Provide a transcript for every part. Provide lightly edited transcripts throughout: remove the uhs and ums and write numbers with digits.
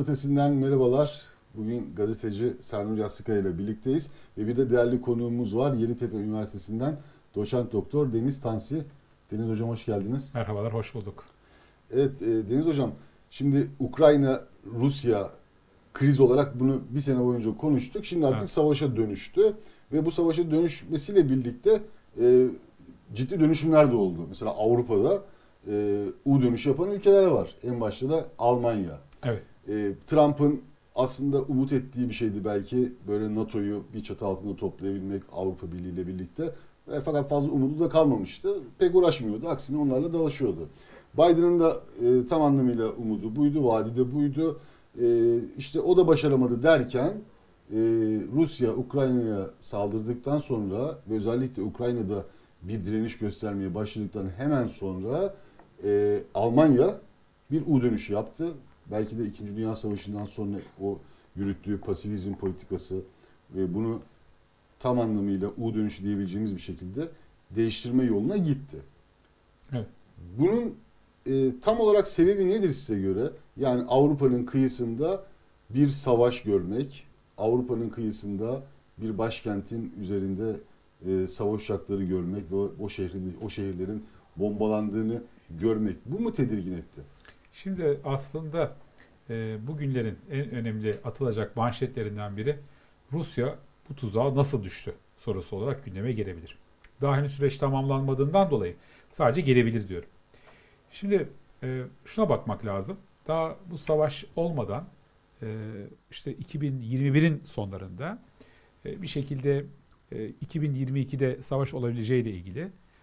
ötesinden merhabalar. Bugün gazeteci Sernur Yassıkaya ile birlikteyiz. Ve bir de değerli konuğumuz var. Yeditepe Üniversitesi'nden doçent doktor Deniz Tansi. Deniz Hocam hoş geldiniz. Merhabalar, hoş bulduk. Evet Deniz Hocam, şimdi Ukrayna-Rusya kriz olarak bunu bir sene boyunca konuştuk. Şimdi artık savaşa dönüştü. Ve bu savaşa dönüşmesiyle birlikte ciddi dönüşümler de oldu. Mesela Avrupa'da U dönüşü yapan ülkeler var. En başta da Almanya. Evet. Trump'ın aslında umut ettiği bir şeydi belki, böyle NATO'yu bir çatı altında toplayabilmek Avrupa Birliği ile birlikte. Fakat fazla umudu da kalmamıştı. Pek uğraşmıyordu. Aksine onlarla dalaşıyordu. Biden'ın da tam anlamıyla umudu buydu, vaadi de buydu. İşte o da başaramadı derken Rusya Ukrayna'ya saldırdıktan sonra ve özellikle Ukrayna'da bir direniş göstermeye başladıktan hemen sonra Almanya bir U dönüşü yaptı. Belki de 2. Dünya Savaşı'ndan sonra o yürüttüğü pasifizm politikası ve bunu tam anlamıyla U dönüşü diyebileceğimiz bir şekilde değiştirme yoluna gitti. Evet. Bunun tam olarak sebebi nedir size göre? Yani Avrupa'nın kıyısında bir savaş görmek, Avrupa'nın kıyısında bir başkentin üzerinde savaş uçakları görmek ve o şehirlerin bombalandığını görmek, bu mu tedirgin etti? Şimdi aslında bugünlerin en önemli atılacak manşetlerinden biri Rusya bu tuzağa nasıl düştü sorusu olarak gündeme gelebilir. Daha henüz süreç tamamlanmadığından dolayı sadece gelebilir diyorum. Şimdi şuna bakmak lazım. Daha bu savaş olmadan işte 2021'in sonlarında bir şekilde 2022'de savaş olabileceği ile ilgili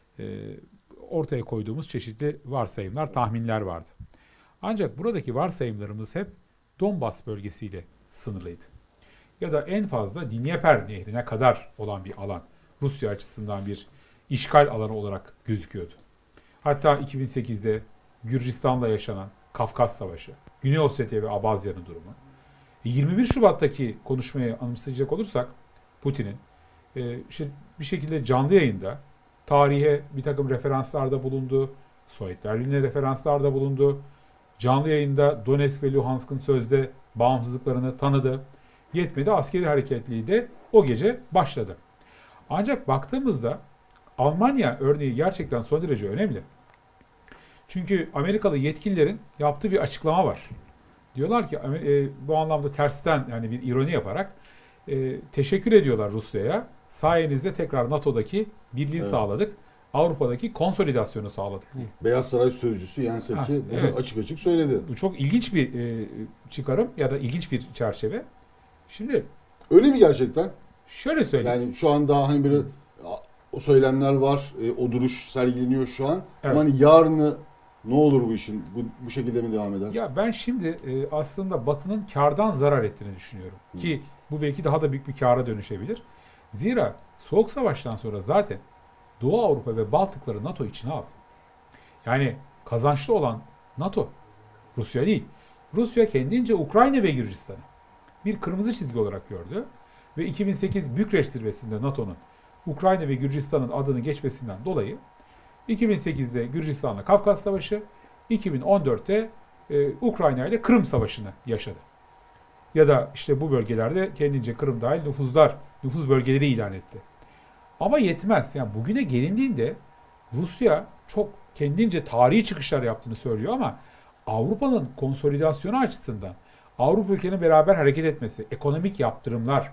ortaya koyduğumuz çeşitli varsayımlar, tahminler vardı. Ancak buradaki varsayımlarımız hep Donbas bölgesiyle sınırlıydı. Ya da en fazla Dnieper Nehri'ne kadar olan bir alan Rusya açısından bir işgal alanı olarak gözüküyordu. Hatta 2008'de Gürcistan'la yaşanan Kafkas Savaşı, Güney Ossetya ve Abazya'nın durumu. 21 Şubat'taki konuşmayı anımsayacak olursak Putin'in işte bir şekilde canlı yayında tarihe bir takım referanslarda bulundu, Sovyetler Birliği'ne referanslarda bulundu. Canlı yayında Donetsk ve Luhansk'ın sözde bağımsızlıklarını tanıdı. Yetmedi, askeri hareketliği de o gece başladı. Ancak baktığımızda Almanya örneği gerçekten son derece önemli. Çünkü Amerikalı yetkililerin yaptığı bir açıklama var. Diyorlar ki bu anlamda tersten, yani bir ironi yaparak teşekkür ediyorlar Rusya'ya. Sayenizde tekrar NATO'daki birliği sağladık. Avrupa'daki konsolidasyonu sağladık diye. Beyaz Saray sözcüsü Jens Psaki bunu evet. açık açık söyledi. Bu çok ilginç bir çıkarım ya da ilginç bir çerçeve. Şimdi öyle mi gerçekten? Şöyle söyleyeyim. Yani şu an daha hani böyle o söylemler var, o duruş sergileniyor şu an. Evet. Ama hani yarını ne olur bu işin? Bu şekilde mi devam eder? Ya ben şimdi aslında Batı'nın kardan zarar ettiğini düşünüyorum. Ki bu belki daha da büyük bir kâra dönüşebilir. Zira Soğuk Savaş'tan sonra zaten Doğu Avrupa ve Baltıkları NATO içine aldı. Yani kazançlı olan NATO, Rusya değil. Rusya kendince Ukrayna ve Gürcistan'ı bir kırmızı çizgi olarak gördü. Ve 2008 Bükreş zirvesinde NATO'nun Ukrayna ve Gürcistan'ın adını geçmesinden dolayı 2008'de Gürcistan'la Kafkas Savaşı, 2014'te Ukrayna ile Kırım Savaşı'nı yaşadı. Ya da işte bu bölgelerde kendince Kırım dahil nüfuz bölgeleri ilan etti. Ama yetmez. Yani bugüne gelindiğinde Rusya çok kendince tarihi çıkışlar yaptığını söylüyor ama Avrupa'nın konsolidasyonu açısından Avrupa ülkelerinin beraber hareket etmesi, ekonomik yaptırımlar,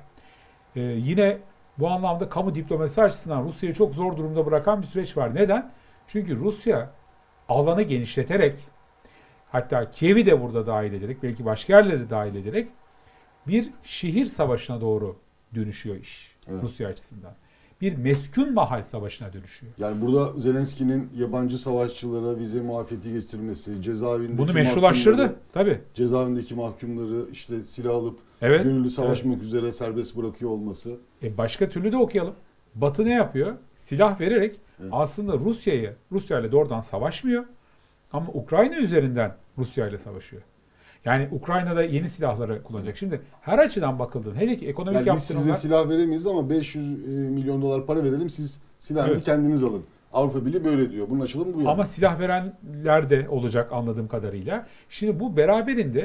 yine bu anlamda kamu diplomasisi açısından Rusya'yı çok zor durumda bırakan bir süreç var. Neden? Çünkü Rusya alanı genişleterek, hatta Kiev'i de burada dahil ederek, belki başka yerleri de dahil ederek bir şehir savaşına doğru dönüşüyor iş, evet. Rusya açısından. Bir meskun mahal savaşına dönüşüyor. Yani burada Zelenski'nin yabancı savaşçılara vize muafiyeti getirmesi, cezaevindeki bunu meşrulaştırdı tabii. Cezaevindeki mahkumları işte silah alıp gönüllü savaşmak üzere serbest bırakıyor olması. Başka türlü de okuyalım. Batı ne yapıyor? Silah vererek aslında Rusya ile doğrudan savaşmıyor ama Ukrayna üzerinden Rusya ile savaşıyor. Yani Ukrayna'da yeni silahları kullanacak. Şimdi her açıdan bakıldığında, hele ki ekonomik yani yaptırımlar... Biz size silah veremeyiz ama 500 milyon dolar para verelim, siz silahınızı kendiniz alın. Avrupa Birliği böyle diyor. Bunun açılımı bu yani. Ama silah verenler de olacak anladığım kadarıyla. Şimdi bu beraberinde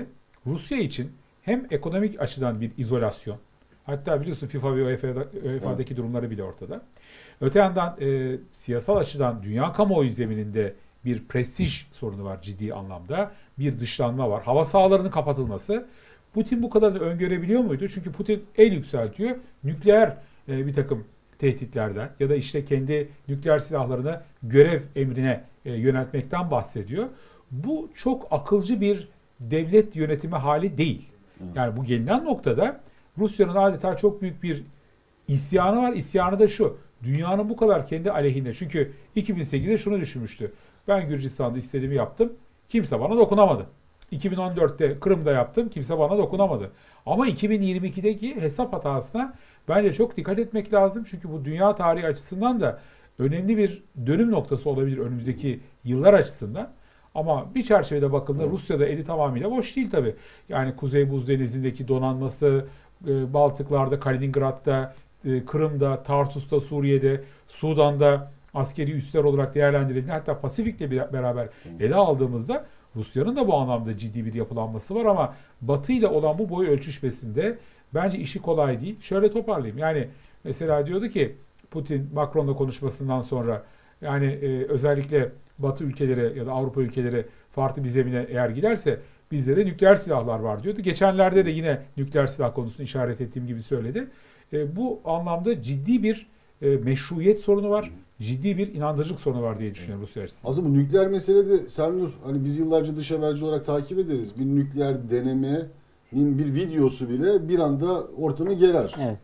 Rusya için hem ekonomik açıdan bir izolasyon, hatta biliyorsun FIFA ve UEFA'daki durumları bile ortada. Öte yandan siyasal açıdan dünya kamuoyu zemininde bir prestij sorunu var ciddi anlamda. Bir dışlanma var. Hava sahalarının kapatılması. Putin bu kadarını öngörebiliyor muydu? Çünkü Putin el yükseltiyor. Nükleer bir takım tehditlerden ya da işte kendi nükleer silahlarını görev emrine yöneltmekten bahsediyor. Bu çok akılcı bir devlet yönetimi hali değil. Yani bu gelinen noktada Rusya'nın adeta çok büyük bir isyanı var. İsyanı da şu: dünyanın bu kadar kendi aleyhine. Çünkü 2008'de şunu düşünmüştü: ben Gürcistan'da istediğimi yaptım, kimse bana dokunamadı. 2014'te Kırım'da yaptım, kimse bana dokunamadı. Ama 2022'deki hesap hatasına bence çok dikkat etmek lazım. Çünkü bu dünya tarihi açısından da önemli bir dönüm noktası olabilir önümüzdeki yıllar açısından. Ama bir çerçevede bakıldığında Rusya'da eli tamamıyla boş değil tabii. Yani Kuzey Buz Denizi'ndeki donanması, Baltıklar'da, Kaliningrad'da, Kırım'da, Tartus'ta, Suriye'de, Sudan'da askeri üsler olarak değerlendirildiğinde, hatta Pasifik'le beraber ele aldığımızda Rusya'nın da bu anlamda ciddi bir yapılanması var ama Batı ile olan bu boy ölçüşmesinde bence işi kolay değil. Şöyle toparlayayım. Yani mesela diyordu ki Putin Macron'la konuşmasından sonra, yani özellikle Batı ülkeleri ya da Avrupa ülkeleri farklı bir zemine eğer giderse bizde de nükleer silahlar var diyordu. Geçenlerde de yine nükleer silah konusunu işaret ettiğim gibi söyledi. Bu anlamda ciddi bir meşruiyet sorunu var. Ciddi bir inandırıcılık sorunu var diye düşünüyorum Rusya açısından. Aslında bu nükleer meselede Sernur, hani biz yıllarca dış haberci olarak takip ederiz. Bir nükleer denemenin bir videosu bile bir anda ortamı gerer. Evet.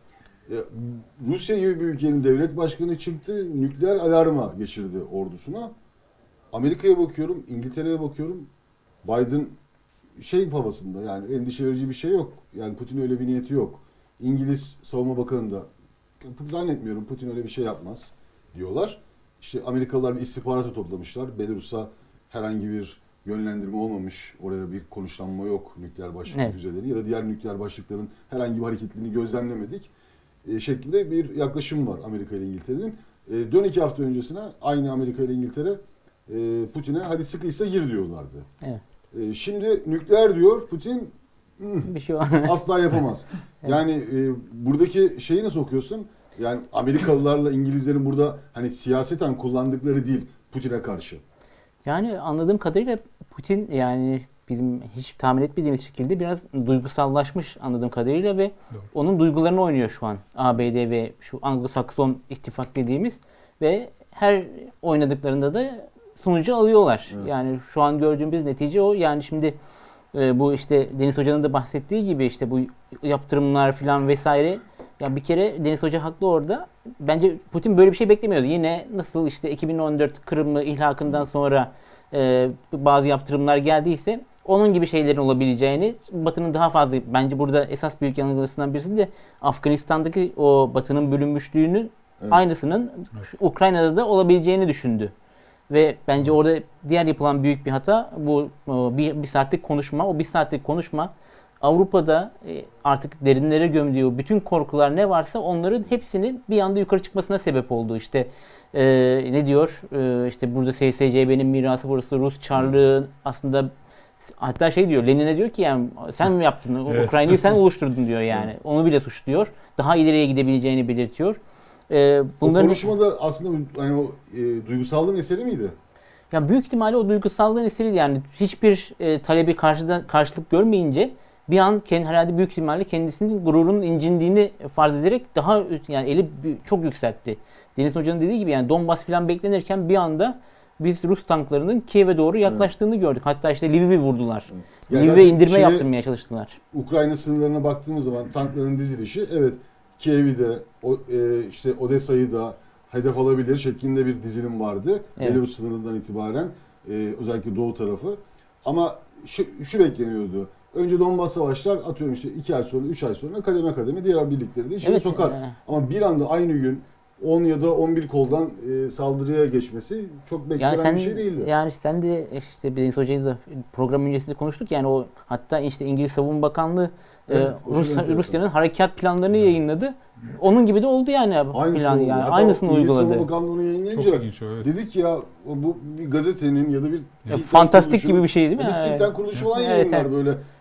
Rusya gibi bir ülkenin devlet başkanı çıktı, nükleer alarma geçirdi ordusuna. Amerika'ya bakıyorum, İngiltere'ye bakıyorum. Biden havasında, yani endişe verici bir şey yok. Yani Putin öyle bir niyeti yok. İngiliz Savunma Bakanı da zannetmiyorum Putin öyle bir şey yapmaz diyorlar. İşte Amerikalılar bir istihbaratı toplamışlar. Belarus'a herhangi bir yönlendirme olmamış. Oraya bir konuşlanma yok nükleer başlık füzeleri ya da diğer nükleer başlıkların herhangi bir hareketliliğini gözlemlemedik şeklinde bir yaklaşım var Amerika ile İngiltere'nin. Dön 2 hafta öncesine aynı Amerika ile İngiltere Putin'e hadi sıkıysa gir diyorlardı. Evet. Şimdi nükleer diyor Putin, bir şey asla yapamaz. Evet. Yani buradaki şeyi nasıl okuyorsun? Yani Amerikalılarla İngilizlerin burada hani siyaseten kullandıkları dil Putin'e karşı. Yani anladığım kadarıyla Putin, yani bizim hiç tahmin etmediğimiz şekilde biraz duygusallaşmış anladığım kadarıyla ve onun duygularını oynuyor şu an ABD ve şu Anglo-Sakson ittifak dediğimiz ve her oynadıklarında da sonucu alıyorlar. Evet. Yani şu an gördüğümüz netice o. Yani şimdi bu işte Deniz Hoca'nın da bahsettiği gibi işte bu yaptırımlar falan vesaire. Ya bir kere Deniz Hoca haklı orada. Bence Putin böyle bir şey beklemiyordu. Yine nasıl işte 2014 Kırım'ı ilhakından sonra bazı yaptırımlar geldiyse onun gibi şeylerin olabileceğini, Batı'nın daha fazla, bence burada esas büyük yanılgısından birisi de Afganistan'daki o Batı'nın bölünmüşlüğünün aynısının Ukrayna'da da olabileceğini düşündü. Ve bence orada diğer yapılan büyük bir hata bu bir saatlik konuşma. O bir saatlik konuşma Avrupa'da artık derinlere gömdüğü bütün korkular ne varsa onların hepsinin bir anda yukarı çıkmasına sebep oldu. İşte ne diyor? İşte burada SSCB'nin mirası burası, Rus Çarlığı aslında, hatta şey diyor, Lenin'e diyor ki yani sen mi yaptın? Evet. Ukrayna'yı sen oluşturdun diyor yani. Evet. Onu bile suçluyor. Daha ileriye gidebileceğini belirtiyor. O konuşmada aslında hani o duygusallığın eseri miydi? Yani büyük ihtimalle o duygusallığın eseriydi. Yani hiçbir talebi karşılık görmeyince bir an herhalde büyük ihtimalle kendisinin gururunun incindiğini farz ederek daha yani eli çok yükseltti. Deniz Hoca'nın dediği gibi yani Donbas falan beklenirken bir anda biz Rus tanklarının Kiev'e doğru yaklaştığını gördük. Hatta işte Lviv'i vurdular. Yani Lviv'e indirme yaptırmaya çalıştılar. Ukrayna sınırlarına baktığımız zaman tankların dizilişi, evet, Kiev'i de işte Odessa'yı da hedef alabilir şeklinde bir dizilim vardı. Evet. Belarus sınırından itibaren özellikle doğu tarafı. Ama şu bekleniyordu. Önce Donbas savaşlar, atıyorum işte 2 ay sonra 3 ay sonra kademe kademe diğer birlikleri de içine sokar. Ama bir anda aynı gün 10 ya da 11 koldan saldırıya geçmesi çok beklenen bir şey değildi. Yani sen de işte Deniz Hoca'yla da program öncesinde konuştuk, yani o hatta işte İngiliz Savunma Bakanlığı Rusya'nın harekat planlarını yayınladı. Onun gibi de oldu yani. Aynısını uyguladı. İngiliz Savunma Bakanlığı'nı yayınlayınca dedik ya bu bir gazetenin ya da bir fantastik gibi bir şey değil mi? Bir Tink'ten kuruluşu olan yayınlar böyle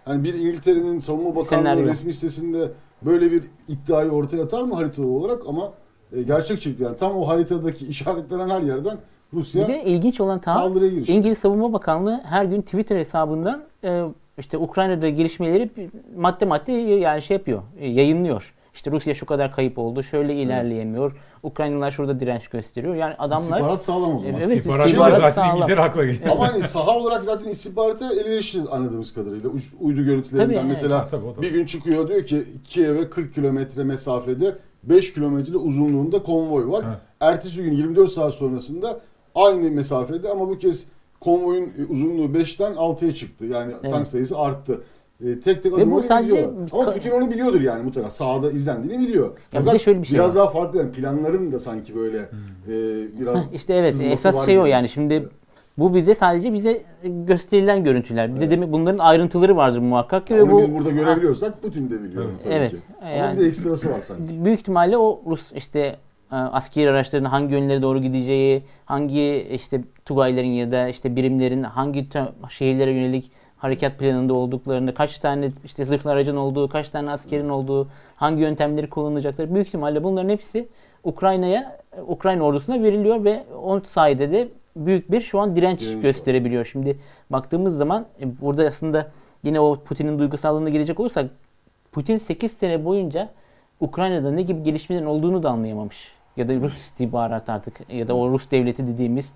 hani bir İngiltere'nin Savunma Bakanlığı Senaryo. resmi sitesinde böyle bir iddiayı ortaya atar mı haritalı olarak, ama gerçek çıktı yani. Tam o haritadaki işaretlenen her yerden Rusya Bir de ilginç olan saldırıya girişti. İngiliz Savunma Bakanlığı her gün Twitter hesabından işte Ukrayna'da gelişmeleri madde madde yani şey yapıyor, yayınlıyor. İşte Rusya şu kadar kayıp oldu, şöyle ilerleyemiyor. Ukraynalılar şurada direnç gösteriyor. Yani adamlar İstihbarat sağlam o zaman. Evet, İstihbarat istihbarat zaten sağlam. İngiltere hakla geliyor. Ama hani saha olarak zaten istihbarata elverişli anladığımız kadarıyla. Uydu görüntülerinden Tabii, mesela evet. Tabii, o da. bir gün çıkıyor diyor ki Kiev'e 40 kilometre mesafede 5 kilometre uzunluğunda konvoy var. Evet. Ertesi gün 24 saat sonrasında aynı mesafede ama bu kez konvoyun uzunluğu 5'ten 6'ya çıktı. Yani Evet. tank sayısı arttı. Tek tek Ve adım bu oraya sadece izliyorlar. Ama Putin onu biliyordur yani mutlaka. Sahada izlendiğini biliyor. Ya bir Fakat de şöyle bir şey biraz var. daha farklı yani planların da sanki böyle biraz İşte evet, sızması esas var şey o gibi. yani şimdi bu sadece bize gösterilen görüntüler. Bir de demek bunların ayrıntıları vardır muhakkak ki ve Onu bu biz burada görebiliyorsak Putin de biliyor Evet. tabii Evet. ki. Ama Yani- bir de ekstrası var sanki. büyük ihtimalle o Rus işte askeri araçların hangi yönlere doğru gideceği, hangi işte Tugayların ya da işte birimlerin hangi şehirlere yönelik harekat planında olduklarını, kaç tane işte zırhlı aracın olduğu, kaç tane askerin olduğu, hangi yöntemleri kullanılacakları büyük ihtimalle bunların hepsi Ukrayna ordusuna veriliyor ve o sayede de büyük bir şu an direnç Direnç gösterebiliyor. Şimdi baktığımız zaman burada aslında yine o Putin'in duygusallığına gelecek olursak Putin 8 sene boyunca Ukrayna'da ne gibi gelişmelerin olduğunu da anlayamamış. Ya da Rus istihbarat artık ya da o Rus devleti dediğimiz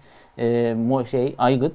aygıt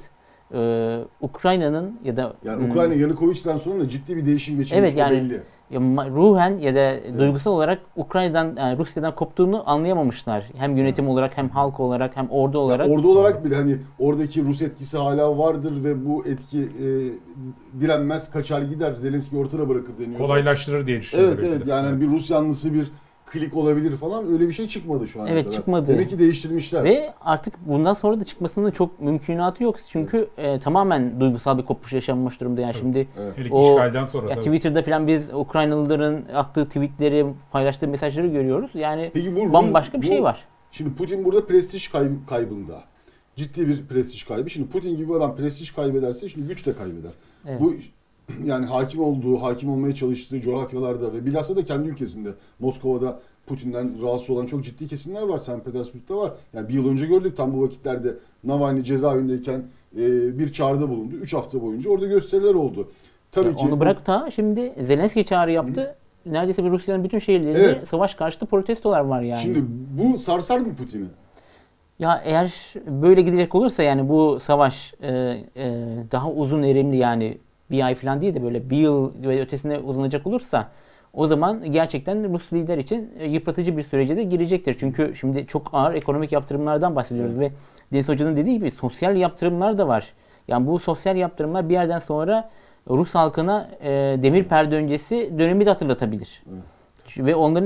Ukrayna'nın ya da Yani Ukrayna Yanukovych'ten sonra da ciddi bir değişim geçirmiş, Evet, yani- belli. ruhen ya da duygusal olarak Ukrayna'dan yani Rusya'dan koptuğunu anlayamamışlar. Hem yönetim olarak hem halk olarak hem ordu olarak. Ordu olarak bile hani oradaki Rus etkisi hala vardır ve bu etki direnmez, kaçar gider. Zelenski ortada bırakır deniyor. Kolaylaştırır diye düşünüyorum. Evet evet yani bir Rus yanlısı bir klik olabilir falan, öyle bir şey çıkmadı şu ana Evet, kadar. çıkmadı. Demek ki değiştirmişler. Ve artık bundan sonra da çıkmasının çok mümkünatı yok. Çünkü tamamen duygusal bir kopuş yaşanmış durumda. Yani şimdi Evet. Hele ki O- işgalden sonra ya tabii. Twitter'da falan biz Ukraynalıların attığı tweetleri, paylaştığı mesajları görüyoruz. Yani Peki bu bambaşka bir şey var. Şimdi Putin burada prestij kaybında. Ciddi bir prestij kaybı. Şimdi Putin gibi bir adam prestij kaybederse şimdi güç de kaybeder. Evet. Bu yani hakim olmaya çalıştığı coğrafyalarda ve bilhassa da kendi ülkesinde, Moskova'da Putin'den rahatsız olan çok ciddi kesimler var. St. Petersburg'da var. Yani bir yıl önce gördük tam bu vakitlerde Navalny cezaevindeyken bir çağrıda bulundu. 3 hafta boyunca orada gösteriler oldu. Tabii Ya ki onu bırak da şimdi Zelenski çağrı yaptı. Neredeyse bir Rusya'nın bütün şehirlerinde Evet. savaş karşıtı protestolar var yani. şimdi bu sarsar mı Putin'i? Ya eğer böyle gidecek olursa yani bu savaş daha uzun erimli yani bir ay falan değil de böyle bir yıl ve ötesine uzanacak olursa o zaman gerçekten Rus lider için yıpratıcı bir sürece de girecektir. Çünkü şimdi çok ağır ekonomik yaptırımlardan bahsediyoruz ve Deniz Hoca'nın dediği gibi sosyal yaptırımlar da var. Yani bu sosyal yaptırımlar bir yerden sonra Rus halkına demir perde öncesi dönemi de hatırlatabilir. Ve onların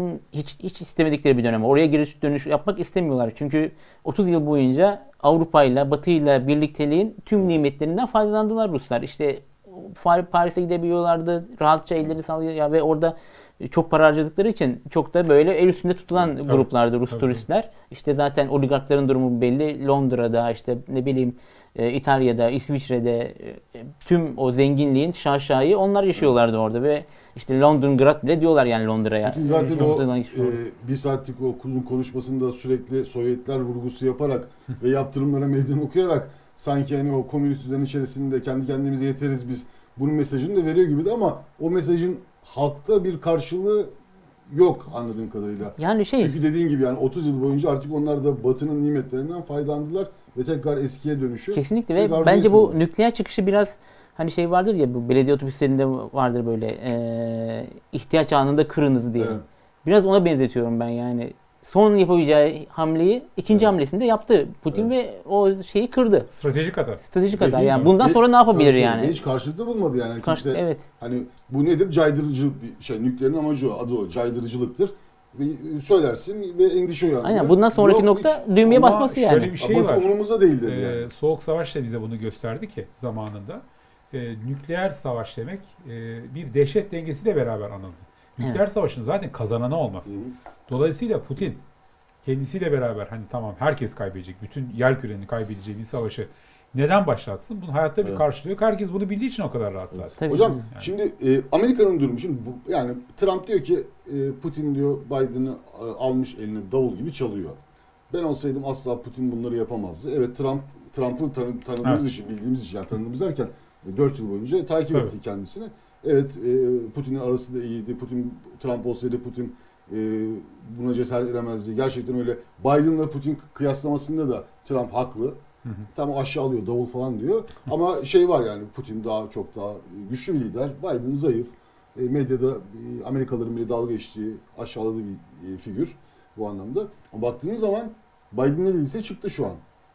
hiç istemedikleri bir dönem. Oraya giriş dönüş yapmak istemiyorlar. Çünkü 30 yıl boyunca Avrupa ile Batı ile birlikteliğin tüm nimetlerinden faydalandılar Ruslar. İşte Paris'e gidebiliyorlardı. Rahatça elleri sallıyor ve orada çok para harcadıkları için çok da böyle el üstünde tutulan gruplardı Rus turistler. İşte zaten oligarkların durumu belli. Londra'da işte ne bileyim İtalya'da, İsviçre'de tüm o zenginliğin şaşayı onlar yaşıyorlardı orada ve işte Londongrad bile diyorlar yani Londra'ya. Putin zaten Londra'dan bir saatlik o uzun konuşmasında sürekli Sovyetler vurgusu yaparak ve yaptırımlara meydan okuyarak sanki hani o komünist düzen içerisinde kendi kendimize yeteriz biz bunun mesajını da veriyor gibiydi ama o mesajın halkta bir karşılığı yok anladığım kadarıyla. Yani Çünkü dediğin gibi yani 30 yıl boyunca artık onlar da Batı'nın nimetlerinden faydalandılar ve tekrar eskiye dönüşü. kesinlikle pek ve arzu bence bu etmiyorlar. nükleer çıkışı biraz hani şey vardır ya bu belediye otobüslerinde vardır böyle ihtiyaç anında kırınız diye. Evet. Biraz ona benzetiyorum ben yani. Son yapabileceği hamleyi ikinci hamlesinde yaptı Putin ve o şeyi kırdı. Stratejik hata. Stratejik Ve hata. hiç- Yani bundan ve- sonra ne yapabilir tabii, yani? Hiç karşılıklı bulmadı yani. Kimse, Evet. hani bu nedir? Caydırıcı bir şey. Nükleerin amacı o. Adı o. Caydırıcılıktır. Ve söylersin ve endişe uyandırır. Aynen bundan sonraki Yok, nokta hiç. düğmeye Ama basması yani. şöyle bir şey Batı var. umurumuzda değil dedi yani. Soğuk Savaş da bize bunu gösterdi ki zamanında. Nükleer savaş demek bir dehşet dengesiyle beraber anıldı. Nükleer savaşın zaten kazananı olmaz. Hı hı. Dolayısıyla Putin kendisiyle beraber hani tamam herkes kaybedecek, bütün yer kürenin kaybedeceği bir savaşı Neden başlatsın? Bunun hayatta bir Evet. karşılığı yok. Herkes bunu bildiği için o kadar rahat zaten. Tabii. Hocam Yani. şimdi Amerika'nın durumu şimdi yani Trump diyor ki Putin diyor Biden'ı almış eline davul gibi çalıyor. Ben olsaydım asla Putin bunları yapamazdı. Evet Trump'ı tanıdığımız için, bildiğimiz için, yani tanıdığımız derken 4 yıl boyunca takip Tabii. ettik kendisini. Evet Putin'in arası da iyiydi. Trump olsaydı Putin buna cesaret edemezdi. Gerçekten öyle. Biden'la Putin kıyaslamasında da Trump haklı. Tam aşağılıyor davul falan diyor. Ama şey var yani Putin çok daha güçlü bir lider. Biden zayıf. Medyada Amerikalıların bile dalga geçtiği, aşağıladığı bir figür bu anlamda. Ama baktığınız zaman Biden ne dediyse çıktı şu an.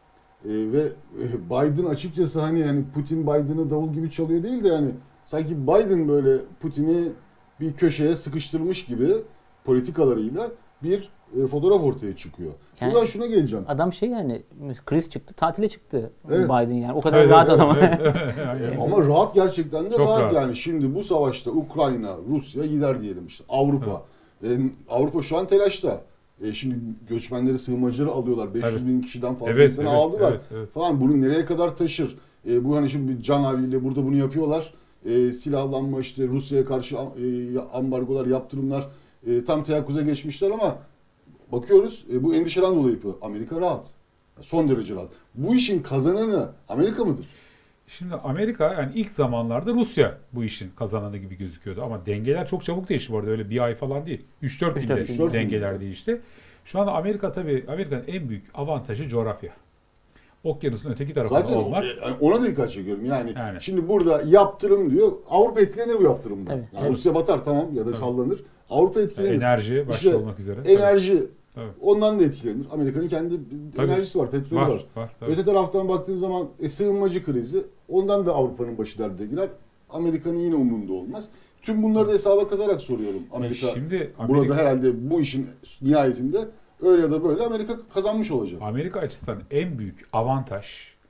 Ve Biden açıkçası hani yani Putin Biden'ı davul gibi çalıyor değil de yani sanki Biden böyle Putin'i bir köşeye sıkıştırmış gibi politikalarıyla bir fotoğraf ortaya çıkıyor. Yani- Buradan şuna geleceğim. Adam yani kriz çıktı, tatile çıktı Evet. Biden yani. O kadar Evet, rahat evet, adam. evet, evet. Ama rahat gerçekten de Çok rahat rahat. yani. Şimdi bu savaşta Ukrayna, Rusya gider diyelim işte Avrupa. Avrupa şu an telaşta. Şimdi göçmenleri, sığınmacıları alıyorlar. 500 bin kişiden fazla Evet, insanı evet, aldılar evet, evet. falan. Bunu nereye kadar taşır? Bu hani şimdi Can abiyle burada bunu yapıyorlar. Silahlanma işte Rusya'ya karşı ambargolar, yaptırımlar tam teyakkuza geçmişler ama bakıyoruz bu endişeden dolayı yapıyor. Amerika rahat. Son derece rahat. Bu işin kazananı Amerika mıdır? Şimdi Amerika yani ilk zamanlarda Rusya bu işin kazananı gibi gözüküyordu. Ama dengeler çok çabuk değişti bu arada. Öyle bir ay falan değil. 3-4 günde 3-4 dengeler günde. değişti. Şu anda Amerika'nın en büyük avantajı coğrafya. Okyanusun öteki tarafında Zaten olmak. ona da dikkat çekiyorum. Yani, Yani. şimdi burada yaptırım diyor. Avrupa etkilenir bu yaptırımdan. Tabii, Yani tabii. Rusya batar tamam ya da Tabii. sallanır. Avrupa etkilenir. Enerji başta İşte olmak üzere. Enerji Tabii. ondan da etkilenir. Amerika'nın kendi Tabii. enerjisi var, petrolü var. Var. Tabii. Öte taraftan baktığın zaman sığınmacı krizi ondan da Avrupa'nın başı derde girer. Amerika'nın yine umurunda olmaz. Tüm bunları da hesaba katarak soruyorum. Amerika Şimdi burada herhalde bu işin nihayetinde öyle ya da böyle Amerika kazanmış olacak. Amerika açısından en büyük avantaj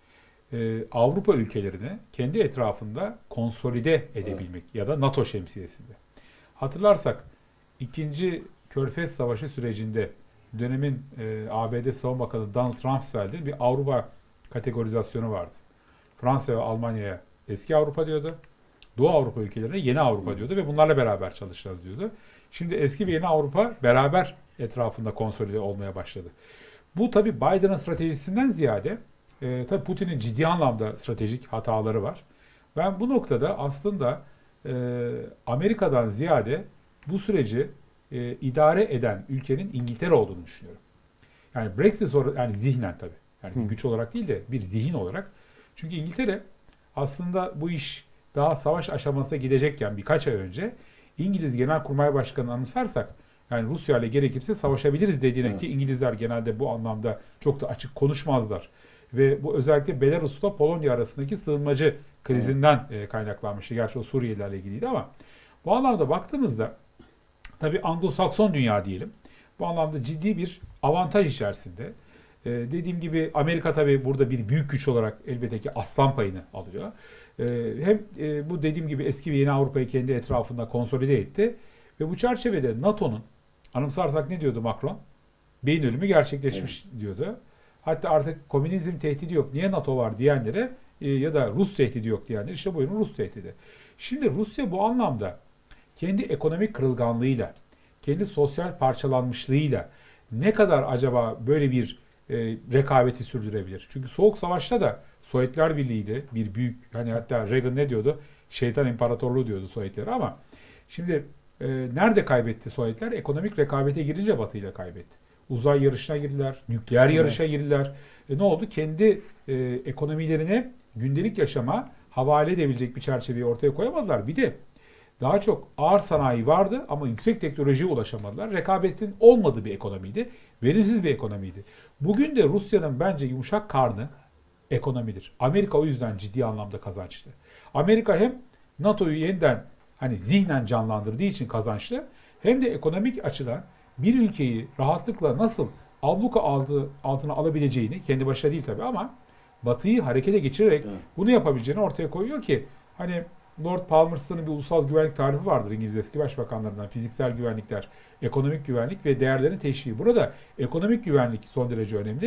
Avrupa ülkelerini kendi etrafında konsolide edebilmek ya da NATO şemsiyesinde. Hatırlarsak 2. Körfez Savaşı sürecinde dönemin ABD Savunma Bakanı Donald Rumsfeld'in bir Avrupa kategorizasyonu vardı. Fransa ve Almanya'ya eski Avrupa diyordu. Doğu Avrupa ülkelerine yeni Avrupa diyordu ve bunlarla beraber çalışacağız diyordu. Şimdi eski ve yeni Avrupa beraber etrafında konsolide olmaya başladı. Bu tabii Biden'ın stratejisinden ziyade tabii Putin'in ciddi anlamda stratejik hataları var. Ben bu noktada aslında Amerika'dan ziyade bu süreci idare eden ülkenin İngiltere olduğunu düşünüyorum. Yani Brexit sonra yani zihnen tabii. Yani bir güç olarak değil de bir zihin olarak. Çünkü İngiltere aslında bu iş daha savaş aşamasına gidecekken birkaç ay önce İngiliz Genelkurmay Başkanı'nı anımsarsak yani Rusya ile gerekirse savaşabiliriz dediğine Evet. ki İngilizler genelde bu anlamda çok da açık konuşmazlar. Ve bu özellikle Belarus'ta Polonya arasındaki sığınmacı krizinden kaynaklanmıştı. Gerçi o Suriyelilerle ilgiliydi ama bu anlamda baktığımızda tabii Anglo-Sakson dünya diyelim. Bu anlamda ciddi bir avantaj içerisinde. Dediğim gibi Amerika tabii burada bir büyük güç olarak elbette ki aslan payını alıyor. Hem bu dediğim gibi eski ve yeni Avrupa'yı kendi etrafında konsolide etti. Ve bu çerçevede NATO'nun, anımsarsak ne diyordu Macron? Beyin ölümü gerçekleşmiş diyordu. Hatta artık komünizm tehdidi yok, niye NATO var diyenlere ya da Rus tehdidi yok diyenlere işte buyurun Rus tehdidi. Şimdi Rusya bu anlamda kendi ekonomik kırılganlığıyla, kendi sosyal parçalanmışlığıyla ne kadar acaba böyle bir rekabeti sürdürebilir? Çünkü Soğuk Savaş'ta da Sovyetler Birliği'ydi bir büyük, hani hatta Reagan ne diyordu? Şeytan İmparatorluğu diyordu Sovyetleri ama şimdi nerede kaybetti Sovyetler? Ekonomik rekabete girince Batı ile kaybetti. Uzay yarışına girdiler, nükleer yarışa girdiler. Ne oldu? Kendi ekonomilerine gündelik yaşama havale edebilecek bir çerçeveyi ortaya koyamadılar. Bir de daha çok ağır sanayi vardı ama yüksek teknolojiye ulaşamadılar. Rekabetin olmadığı bir ekonomiydi. Verimsiz bir ekonomiydi. Bugün de Rusya'nın bence yumuşak karnı ekonomidir. Amerika o yüzden ciddi anlamda kazançlı. Amerika hem NATO'yu yeniden hani zihnen canlandırdığı için kazançlı hem de ekonomik açıdan bir ülkeyi rahatlıkla nasıl abluka altına alabileceğini, kendi başına değil tabii ama Batı'yı harekete geçirerek bunu yapabileceğini ortaya koyuyor ki hani Lord Palmerston'ın bir ulusal güvenlik tarifi vardır İngiliz eski başbakanlarından. Fiziksel güvenlikler, ekonomik güvenlik ve değerlerin teşviği. Burada ekonomik güvenlik son derece önemli.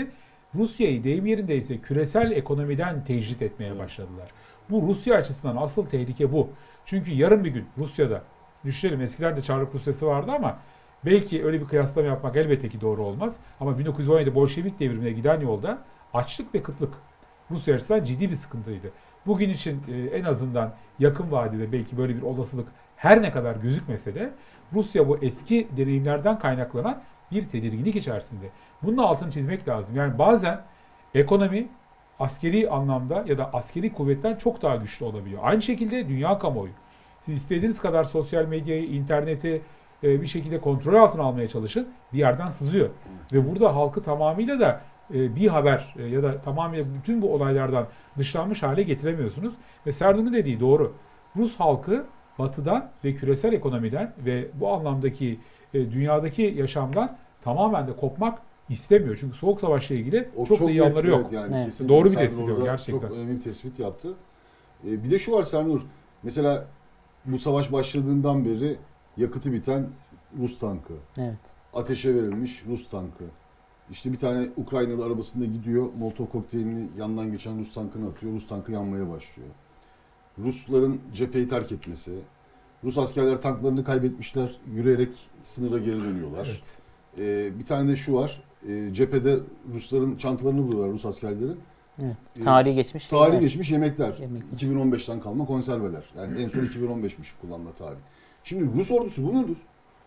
Rusya'yı deyim yerindeyse küresel ekonomiden tecrit etmeye başladılar. Bu Rusya açısından asıl tehlike bu. Çünkü yarın bir gün Rusya'da, düşünelim eskiden de Çarlık Rusyası vardı ama belki öyle bir kıyaslama yapmak elbette ki doğru olmaz. Ama 1917 Bolşevik devrimine giden yolda açlık ve kıtlık Rusya açısından ciddi bir sıkıntıydı. Bugün için en azından yakın vadede belki böyle bir olasılık her ne kadar gözükmese de Rusya bu eski deneyimlerden kaynaklanan bir tedirginlik içerisinde. Bunun altını çizmek lazım. Yani bazen ekonomi askeri anlamda ya da askeri kuvvetten çok daha güçlü olabiliyor. Aynı şekilde dünya kamuoyu. Siz istediğiniz kadar sosyal medyayı, interneti bir şekilde kontrol altına almaya çalışın. Bir yerden sızıyor. Ve burada halkı tamamıyla da bir haber ya da tamamıyla bütün bu olaylardan dışlanmış hale getiremiyorsunuz. Ve Serdun'un dediği doğru. Rus halkı batıdan ve küresel ekonomiden ve bu anlamdaki dünyadaki yaşamdan tamamen de kopmak istemiyor. Çünkü Soğuk Savaş'la ilgili çok da iyi yanları yok. Yani Evet. Doğru bir Serdar tespit orada gerçekten. Çok önemli bir tespit yaptı. Bir de şu var Serdar. Mesela bu savaş başladığından beri yakıtı biten Rus tankı. Evet. Ateşe verilmiş Rus tankı. İşte bir tane Ukraynalı arabasında gidiyor. Molotov kokteylini yandan geçen Rus tankına atıyor. Rus tankı yanmaya başlıyor. Rusların cepheyi terk etmesi. Rus askerler tanklarını kaybetmişler. Yürüyerek sınıra geri dönüyorlar. Evet. Bir tane de şu var. Cephede Rusların çantalarını buluyorlar Rus askerlerin. Evet. Tarihi geçmiş. Tarihi geçmiş yemekler. 2015'ten kalma konserveler. Yani en son 2015'miş kullanma tarihi. Şimdi Rus ordusu bu mudur?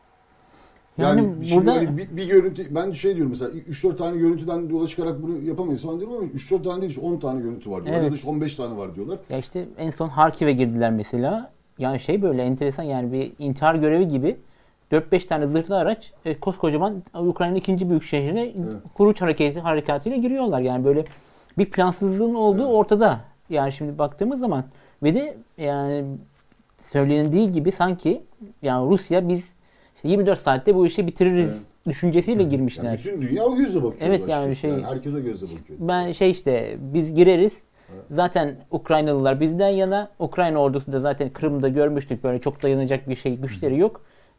Yani şimdi burada hani bir görüntü, ben şey diyorum mesela 3-4 tane görüntüden yola çıkarak bunu yapamayız falan diyorum ama 3-4 tane değil 10 tane görüntü var diyorlar. Evet. Ya da 15 tane var diyorlar. ya işte en son Harkiv'e girdiler mesela. Yani şey böyle enteresan yani bir intihar görevi gibi 4-5 tane zırhlı araç koskocaman Ukrayna'nın ikinci büyük şehrine Kuruç harekatıyla giriyorlar. Yani böyle bir plansızlığın olduğu ortada. Yani şimdi baktığımız zaman ve de yani söylendiği gibi sanki yani Rusya biz işte 24 saatte bu işi bitiririz düşüncesiyle girmişler. Yani bütün dünya o gözle bakıyor. Evet yani yani herkes o gözle bakıyor. Ben işte biz gireriz. Zaten Ukraynalılar bizden yana. Ukrayna ordusu da zaten Kırım'da görmüştük böyle çok dayanacak bir güçleri yok.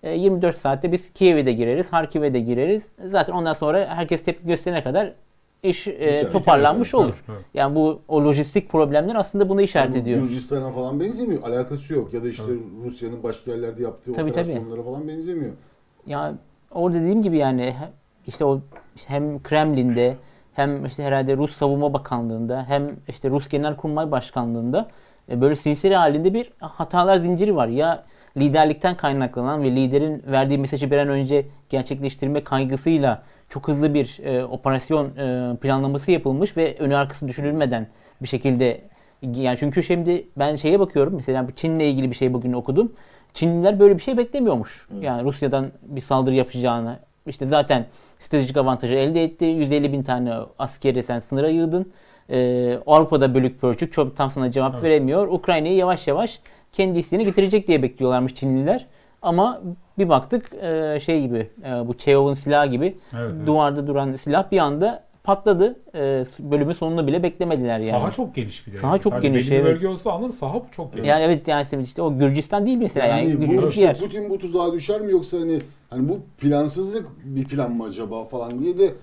24 saatte biz Kiev'e de gireriz, Harkiv'e de gireriz. Zaten ondan sonra herkes tepki gösterene kadar iş toparlanmış olur. Evet. Yani bu o lojistik problemler aslında buna işaret ediyor. Gürcistan'a falan benzemiyor. Alakası yok. Ya da işte Rusya'nın başka yerlerde yaptığı operasyonlara falan benzemiyor. Ya orada dediğim gibi yani işte o hem Kremlin'de hem işte herhalde Rus Savunma Bakanlığı'nda hem işte Rus Genelkurmay Başkanlığı'nda böyle sinseri halinde bir hatalar zinciri var. Ya liderlikten kaynaklanan ve liderin verdiği mesajı bir an önce gerçekleştirme kaygısıyla çok hızlı bir operasyon planlaması yapılmış ve önü arkası düşünülmeden bir şekilde yani çünkü şimdi ben şeye bakıyorum mesela Çin'le ilgili bir şey bugün okudum. Çinliler böyle bir şey beklemiyormuş. Yani Rusya'dan bir saldırı yapacağını işte zaten stratejik avantajı elde etti. 150.000 tane askeri sen sınıra yığdın. Avrupa'da bölük pörçük çok tam sana cevap veremiyor. Ukrayna'yı yavaş yavaş kendi isteğine getirecek diye bekliyorlarmış Çinliler. Ama bir baktık şey gibi bu Chekhov'un silahı gibi duvarda duran silah bir anda patladı. Bölümün sonunu bile beklemediler yani. Saha çok geniş bir de. Saha çok geniş. Belli bir bölge olsa anladın saha çok geniş. Yani evet yani işte o Gürcistan değil mesela yani bu bir yer. Putin bu tuzağa düşer mi yoksa hani bu plansızlık bir plan mı acaba falan diye de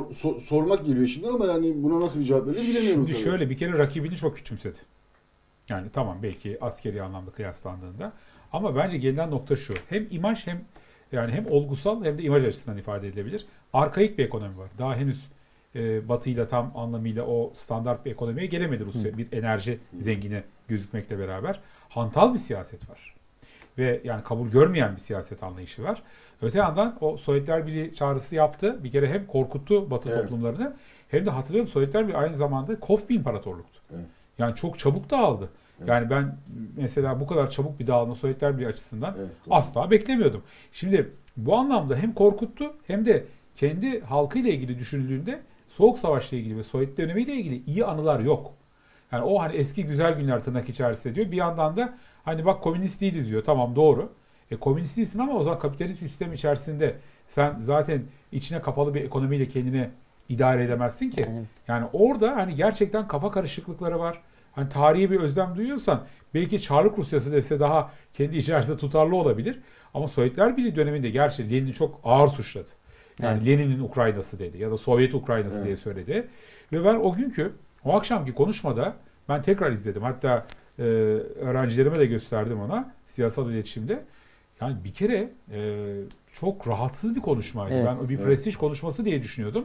sormak geliyor şimdi ama yani buna nasıl bir cevap verir bilemiyorum. Şimdi şöyle bir kere rakibini çok küçümsedi. Yani tamam belki askeri anlamda kıyaslandığında ama bence gelinen nokta şu. Hem imaj hem olgusal hem de imaj açısından ifade edilebilir. Arkaik bir ekonomi var. Daha henüz Batı'yla tam anlamıyla o standart bir ekonomiye gelemedi Rusya. Bir enerji zengini gözükmekle beraber. Hantal bir siyaset var. Ve yani kabul görmeyen bir siyaset anlayışı var. Öte yandan o Sovyetler Birliği çağrısı yaptı. Bir kere hem korkuttu Batı toplumlarını hem de hatırlayalım Sovyetler Birliği aynı zamanda kof bir imparatorluktu. Yani çok çabuk dağıldı. Yani ben mesela bu kadar çabuk bir dağılma Sovyetler Birliği açısından asla beklemiyordum. Şimdi bu anlamda hem korkuttu hem de kendi halkıyla ilgili düşünüldüğünde Soğuk Savaş'la ilgili ve Sovyet dönemiyle ilgili iyi anılar yok. Yani o hani eski güzel günler tırnak içerisinde diyor. Bir yandan da hani bak komünist değiliz diyor. Tamam doğru. Komünist değilsin ama o zaman kapitalist bir sistem içerisinde sen zaten içine kapalı bir ekonomiyle kendini idare edemezsin ki. Yani orada hani gerçekten kafa karışıklıkları var. Hani tarihi bir özlem duyuyorsan belki Çarlık Rusyası dese daha kendi içerisinde tutarlı olabilir. Ama Sovyetler Birliği döneminde gerçi Lenin çok ağır suçladı. Yani Evet. Lenin'in Ukraynası dedi ya da Sovyet Ukraynası diye söyledi. Ve ben o akşamki konuşmada ben tekrar izledim. Hatta öğrencilerime de gösterdim ona siyasal iletişimde. Yani bir kere çok rahatsız bir konuşmaydı. Evet. Ben bir prestij konuşması diye düşünüyordum.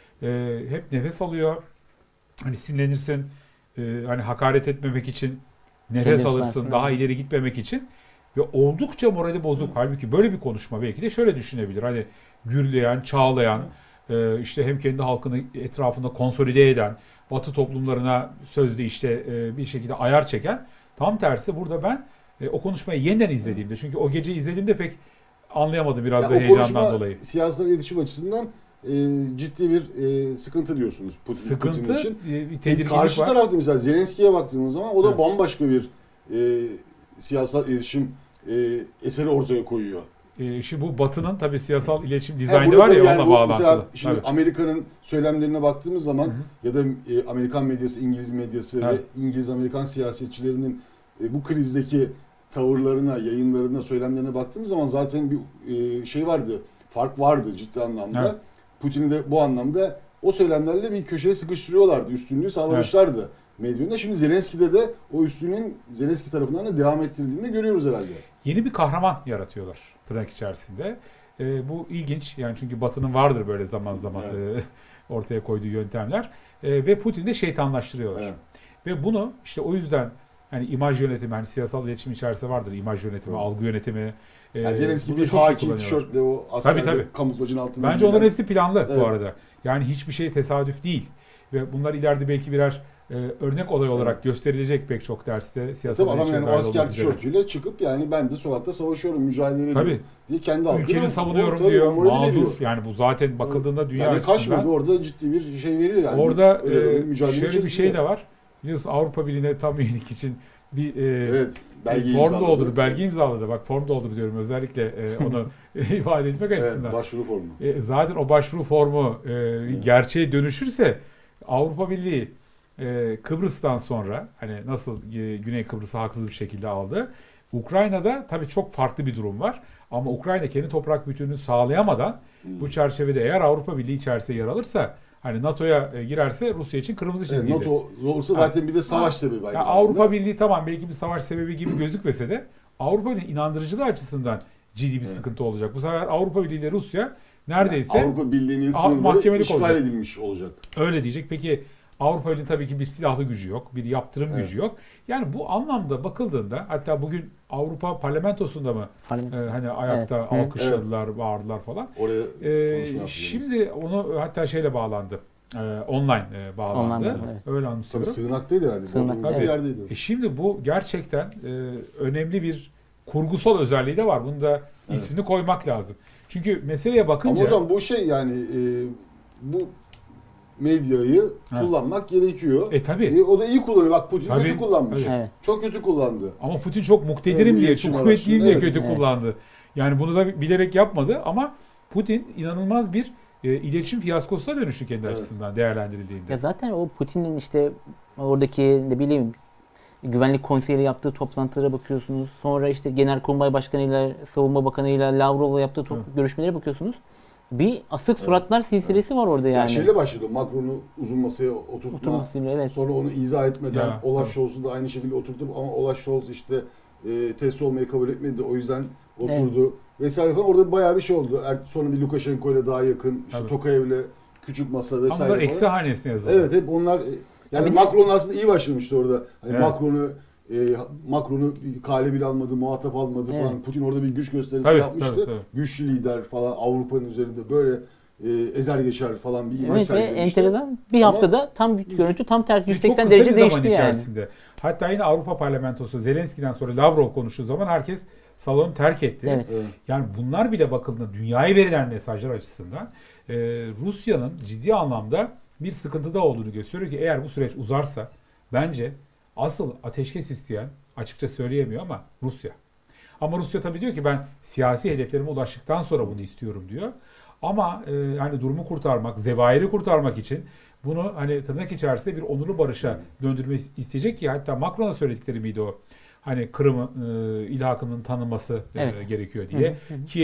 Hep nefes alıyor. Hani sinirlenirsin. Hani hakaret etmemek için nefes Kendini alırsın. tutarsın, Daha evet. ileri gitmemek için. Ve oldukça morali bozuk. Halbuki böyle bir konuşma belki de şöyle düşünebilir. Hani gürleyen, çağlayan, işte hem kendi halkını etrafında konsolide eden, Batı toplumlarına sözde işte bir şekilde ayar çeken. Tam tersi burada ben o konuşmayı yeniden izlediğimde, çünkü o gece izlediğimde pek anlayamadım, biraz Ya da o heyecandan konuşma dolayı. siyasal iletişim açısından ciddi bir sıkıntı diyorsunuz Putin Sıkıntı, için. bir tedirginlik Karşı var. tarafta mesela Zelenski'ye baktığımız zaman o da Evet. bambaşka bir siyasal iletişim eseri ortaya koyuyor. Şimdi bu Batı'nın tabii siyasal iletişim Yani dizaynı burada var ya, tabii yani onunla bu bağlantılı. mesela şimdi Tabii. Amerika'nın söylemlerine baktığımız zaman Hı hı. ya da Amerikan medyası, İngiliz medyası Evet. ve İngiliz-Amerikan siyasetçilerinin bu krizdeki tavırlarına, yayınlarına, söylemlerine baktığımız zaman zaten bir şey vardı, fark vardı ciddi anlamda. Evet. Putin'i de bu anlamda o söylemlerle bir köşeye sıkıştırıyorlardı, üstünlüğü sağlamışlardı medyada. Şimdi Zelenski'de de o üstünlüğün Zelenski tarafından da devam ettirildiğini de görüyoruz herhalde. Yeni bir kahraman yaratıyorlar tırnak içerisinde. Bu ilginç yani, çünkü Batı'nın vardır böyle zaman zaman ortaya koyduğu yöntemler. Ve Putin'i de şeytanlaştırıyorlar. Evet. Ve bunu işte o yüzden hani imaj yönetimi, hani siyasal iletişim içerisinde vardır imaj yönetimi, algı yönetimi. Yani Zelenski bunu bir çok iyi haki kullanıyorlar. tişörtle o askerde Tabii. kamuflajın altında. Bence onların giyilen- hepsi planlı Evet. bu arada. Yani hiçbir şey tesadüf değil. Ve bunlar ileride belki birer örnek olay olarak gösterilecek pek çok derste. Siyasal Tabii adam iletişime yani o dair asker olmak üzere. tişörtüyle çıkıp yani ben de sokakta savaşıyorum, mücadele ediyorum Tabii. diye kendi halkına Ülkeni savunuyorum tabii diyor. o morali Mağdur. veriyor. Yani bu zaten bakıldığında dünya Zaten açısından. kaçmadı, orada ciddi bir şey veriyor yani. Orada Öyle bir mücadele şöyle bir şey içerisinde. de var. Biliyorsun Avrupa Birliği'ne tam üyelik için bir Evet, belge form imzaladı. doldur, belge imzaladı. Bak form doldur diyorum özellikle onu ifade etmek açısından. Evet, başvuru formu. Zaten o başvuru formu gerçeğe dönüşürse Avrupa Birliği Kıbrıs'tan sonra hani nasıl Güney Kıbrıs'ı haksız bir şekilde aldı. Ukrayna'da tabii çok farklı bir durum var. Ama Ukrayna kendi toprak bütünlüğünü sağlayamadan bu çerçevede eğer Avrupa Birliği içerisinde yer alırsa, hani NATO'ya girerse Rusya için kırmızı çizgiydi. NATO olursa zaten bir de savaş sebebi aynı Ya zamanda. Avrupa Birliği tamam belki bir savaş sebebi gibi gözükmese de Avrupa Birliği inandırıcılığı açısından ciddi bir sıkıntı olacak. Bu sefer Avrupa Birliği ile Rusya neredeyse Avrupa Birliği'nin sınırları mahkemelik işgal olacak. edilmiş olacak. öyle diyecek. Peki Avrupa Birliği'nin tabii ki bir silahlı gücü yok, bir yaptırım Evet. gücü yok. Yani bu anlamda bakıldığında hatta bugün Avrupa Parlamentosunda mı hani ayakta Evet. alkışladılar, bağırdılar falan. Oraya konuşma yapacağız. Şimdi onu hatta şeyle bağlandı. Online bağlandı. Online, evet. Öyle Tabii anımsıyorum. sığınaktaydı herhalde. Sığınak, Bodrum'da bir evet. yerdeydi. Şimdi bu gerçekten önemli bir kurgusal özelliği de var. Bunu da ismini koymak lazım. Çünkü meseleye bakınca... Ama hocam bu şey yani bu medyayı kullanmak gerekiyor. Tabii. O da iyi kullanıyor. Bak Putin Tabii, kötü kullanmış. tabii. Evet. Çok kötü kullandı. Ama Putin çok muktedirim Evet, diye, iletişim çok kuvvetliyim diye araçları, kötü evet. kullandı. Yani bunu da bilerek yapmadı ama Putin inanılmaz bir iletişim fiyaskosuna dönüştü kendi açısından değerlendirildiğinde. Ya zaten o Putin'in işte oradaki ne bileyim Güvenlik Konseyi'yle yaptığı toplantılara bakıyorsunuz. Sonra işte Genelkurmay Başkanı'yla, Savunma Bakanı'yla, Lavrov'la yaptığı görüşmelere bakıyorsunuz. Bir asık suratlar silsilesi var orada yani. Yani şeyle başladı. Macron'u uzun masaya oturtma. Oturmasıyla, evet. Sonra onu izah etmeden Ya, Olaf tabii. Scholz'u da aynı şekilde oturtup ama Olaf Scholz işte teslim olmayı kabul etmedi. O yüzden oturdu. Vesaire falan. Orada bayağı bir şey oldu. Sonra bir Lukashenko ile daha yakın. İşte Tabii. Tokayev'le küçük masa vesaire. Ama bunlar falan. eksi hanesine yazıldı. Evet, hep onlar yani Bir de- Macron aslında iyi başlamıştı orada. Hani Evet. Macron'u kale bile almadı, muhatap almadı falan. Evet. Putin orada bir güç gösterisi Tabii, yapmıştı. tabii, tabii. Güçlü lider falan Avrupa'nın üzerinde böyle ezer geçer falan bir imaj Evet ve sergilemişti. enteresan bir Ama- haftada tam görüntü tam tersi Çok 180 kısa derece bir zaman değişti yani. içerisinde. Hatta yine Avrupa Parlamentosu Zelenski'den sonra Lavrov konuştuğu zaman herkes salonu terk etti. Evet. Evet. Yani bunlar bile bakıldığında dünyaya verilen mesajlar açısından Rusya'nın ciddi anlamda bir sıkıntıda olduğunu gösteriyor ki eğer bu süreç uzarsa bence asıl ateşkes isteyen, açıkça söyleyemiyor ama Rusya. Ama Rusya tabii diyor ki ben siyasi hedeflerime ulaştıktan sonra bunu istiyorum diyor. Ama hani durumu kurtarmak, zevairi kurtarmak için bunu hani tırnak içerisinde bir onurlu barışa döndürmeyi isteyecek ki hatta Macron'a söyledikleri miydi o? Hani Kırım'ı ilhakının tanınması Evet. gerekiyor diye. Hı hı. Kiev'in